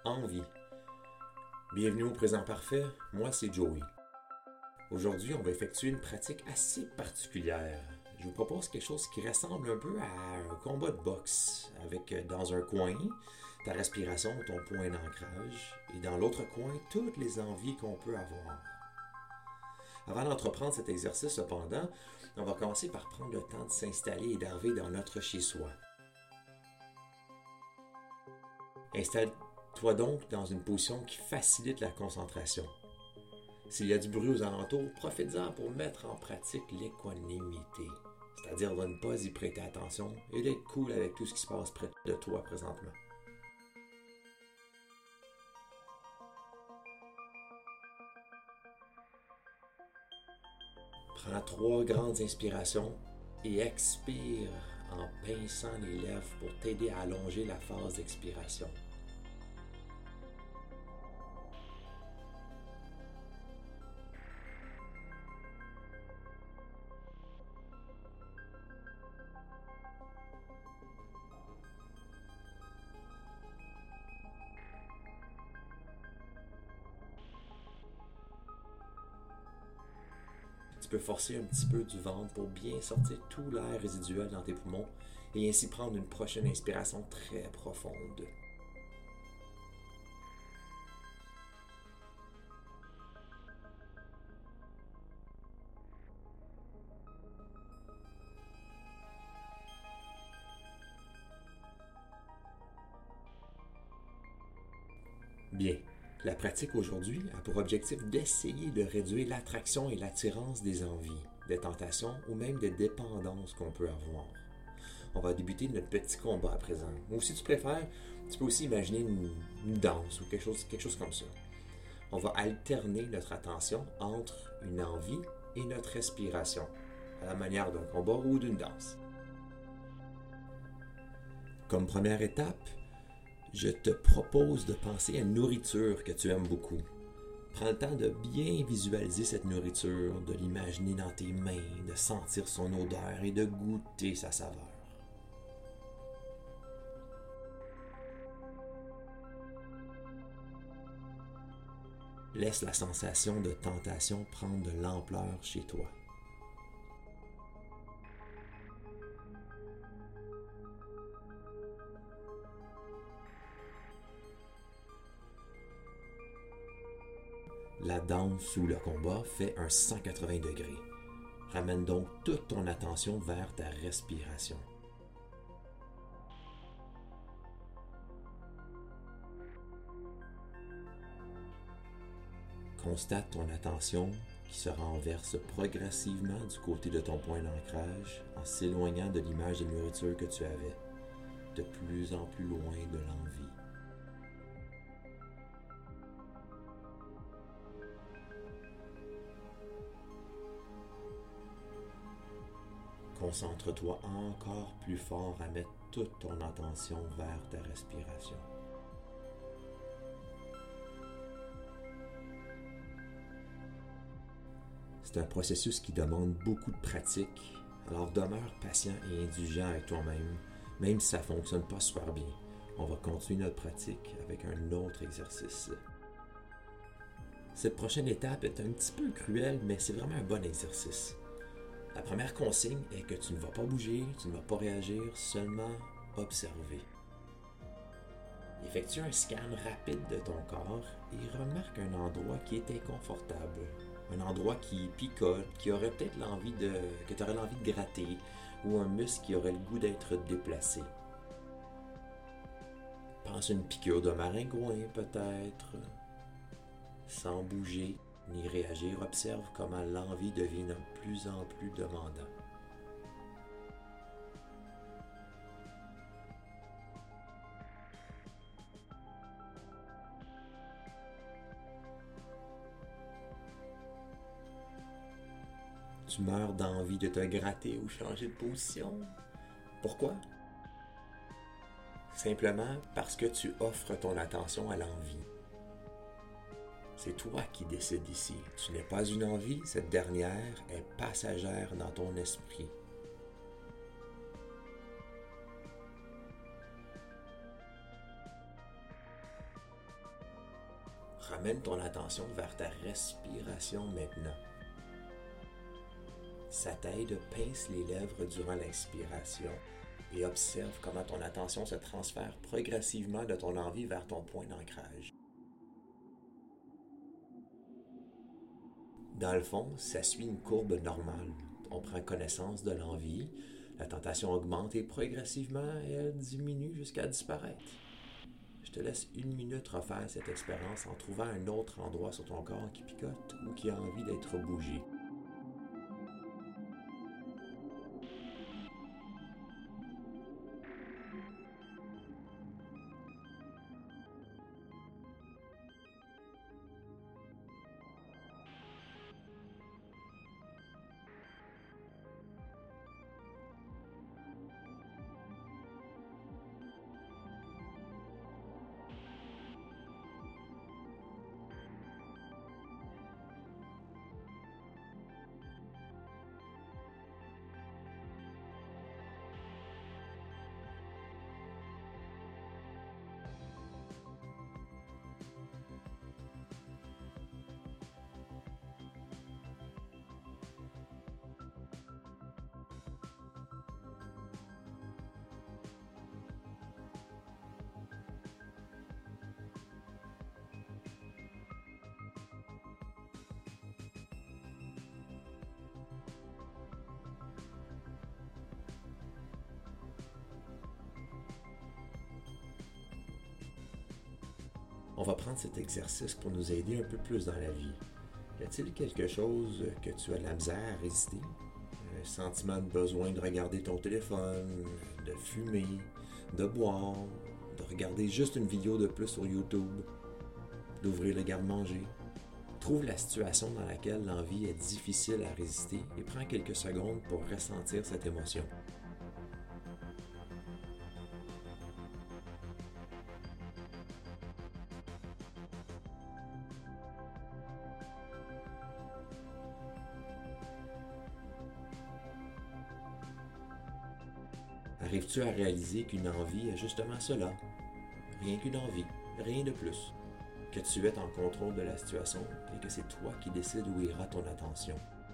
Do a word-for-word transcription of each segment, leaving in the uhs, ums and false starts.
envie. Bienvenue au présent parfait, moi c'est Joey. Aujourd'hui, on va effectuer une pratique assez particulière. Je vous propose quelque chose qui ressemble un peu à un combat de boxe, avec dans un coin ta respiration, ton point d'ancrage, et dans l'autre coin, toutes les envies qu'on peut avoir. Avant d'entreprendre cet exercice, cependant, on va commencer par prendre le temps de s'installer et d'arriver dans notre chez-soi. Installe-toi donc dans une position qui facilite la concentration. S'il y a du bruit aux alentours, profite-en pour mettre en pratique l'équanimité, c'est-à-dire de ne pas y prêter attention et d'être cool avec tout ce qui se passe près de toi présentement. Prends trois grandes inspirations et expire en pinçant les lèvres pour t'aider à allonger la phase d'expiration. Tu peux forcer un petit peu du ventre pour bien sortir tout l'air résiduel dans tes poumons et ainsi prendre une prochaine inspiration très profonde. Bien, la pratique aujourd'hui a pour objectif d'essayer de réduire l'attraction et l'attirance des envies, des tentations ou même des dépendances qu'on peut avoir. On va débuter notre petit combat à présent. Ou si tu préfères, tu peux aussi imaginer une, une danse ou quelque chose, quelque chose comme ça. On va alterner notre attention entre une envie et notre respiration, à la manière d'un combat ou d'une danse. Comme première étape, je te propose de penser à une nourriture que tu aimes beaucoup. Prends le temps de bien visualiser cette nourriture, de l'imaginer dans tes mains, de sentir son odeur et de goûter sa saveur. Laisse la sensation de tentation prendre de l'ampleur chez toi. La danse ou le combat fait un cent quatre-vingts degrés. Ramène donc toute ton attention vers ta respiration. Constate ton attention qui se renverse progressivement du côté de ton point d'ancrage en s'éloignant de l'image de nourriture que tu avais, de plus en plus loin de l'envie. Concentre-toi encore plus fort à mettre toute ton attention vers ta respiration. C'est un processus qui demande beaucoup de pratique, alors demeure patient et indulgent avec toi-même, même si ça ne fonctionne pas super bien. On va continuer notre pratique avec un autre exercice. Cette prochaine étape est un petit peu cruelle, mais c'est vraiment un bon exercice. La première consigne est que tu ne vas pas bouger, tu ne vas pas réagir, seulement observer. Effectue un scan rapide de ton corps et remarque un endroit qui est inconfortable. Un endroit qui picote, qui aurait peut-être l'envie de, que tu aurais l'envie de gratter, ou un muscle qui aurait le goût d'être déplacé. Pense à une piqûre de maringouin peut-être. Sans bouger ni réagir, observe comment l'envie devient de plus en plus demandant. Tu meurs d'envie de te gratter ou changer de position. Pourquoi? Simplement parce que tu offres ton attention à l'envie. C'est toi qui décides ici. Tu n'es pas une envie, cette dernière est passagère dans ton esprit. Ramène ton attention vers ta respiration maintenant. Ça t'aide, pince les lèvres durant l'expiration et observe comment ton attention se transfère progressivement de ton envie vers ton point d'ancrage. Dans le fond, ça suit une courbe normale. On prend connaissance de l'envie, la tentation augmente et progressivement, elle diminue jusqu'à disparaître. Je te laisse une minute refaire cette expérience en trouvant un autre endroit sur ton corps qui picote ou qui a envie d'être bougé. On va prendre cet exercice pour nous aider un peu plus dans la vie. Y a-t-il quelque chose que tu as de la misère à résister? Un sentiment de besoin de regarder ton téléphone, de fumer, de boire, de regarder juste une vidéo de plus sur YouTube, d'ouvrir le garde-manger? Trouve la situation dans laquelle l'envie est difficile à résister et prends quelques secondes pour ressentir cette émotion. Arrives-tu à réaliser qu'une envie est justement cela? Rien qu'une envie, rien de plus. Que tu es en contrôle de la situation et que c'est toi qui décides où ira ton attention.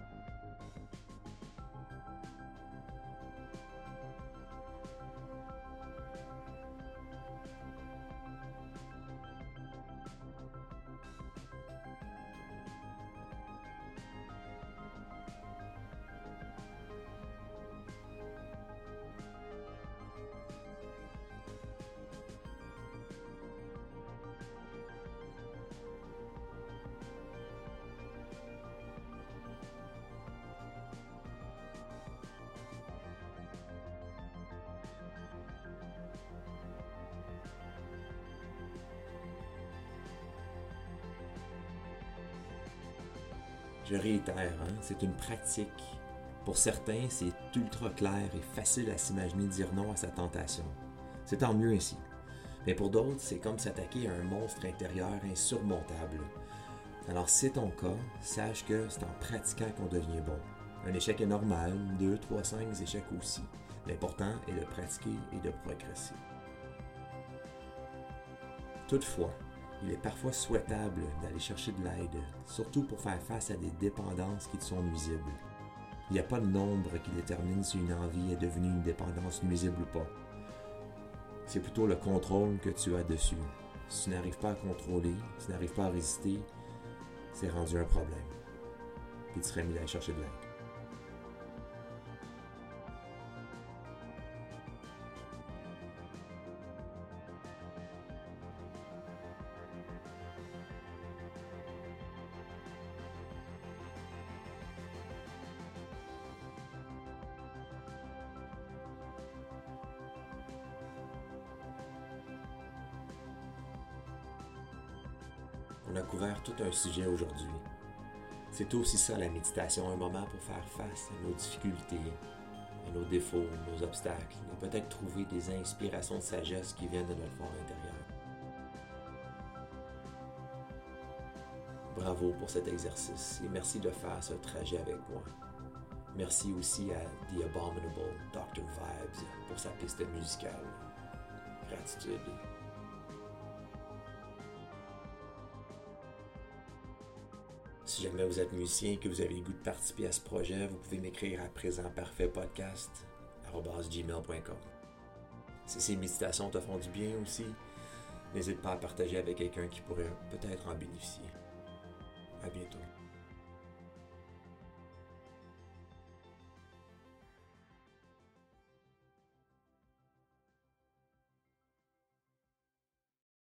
Je réitère, hein, c'est une pratique. Pour certains, c'est ultra clair et facile à s'imaginer dire non à sa tentation. C'est tant mieux ainsi. Mais pour d'autres, c'est comme s'attaquer à un monstre intérieur insurmontable. Alors si c'est ton cas, sache que c'est en pratiquant qu'on devient bon. Un échec est normal, deux, trois, cinq échecs aussi. L'important est de pratiquer et de progresser. Toutefois, il est parfois souhaitable d'aller chercher de l'aide, surtout pour faire face à des dépendances qui te sont nuisibles. Il n'y a pas de nombre qui détermine si une envie est devenue une dépendance nuisible ou pas. C'est plutôt le contrôle que tu as dessus. Si tu n'arrives pas à contrôler, si tu n'arrives pas à résister, c'est rendu un problème. Puis tu serais mis à aller chercher de l'aide. On a couvert tout un sujet aujourd'hui. C'est aussi ça la méditation, un moment pour faire face à nos difficultés, à nos défauts, nos obstacles, et peut-être trouver des inspirations de sagesse qui viennent de notre fort intérieur. Bravo pour cet exercice et merci de faire ce trajet avec moi. Merci aussi à The Abominable docteur Vibes pour sa piste musicale. Gratitude. Si jamais vous êtes musicien et que vous avez le goût de participer à ce projet, vous pouvez m'écrire à présentparfaitpodcast arobase gmail point com. Si ces méditations te font du bien aussi, n'hésite pas à partager avec quelqu'un qui pourrait peut-être en bénéficier. À bientôt.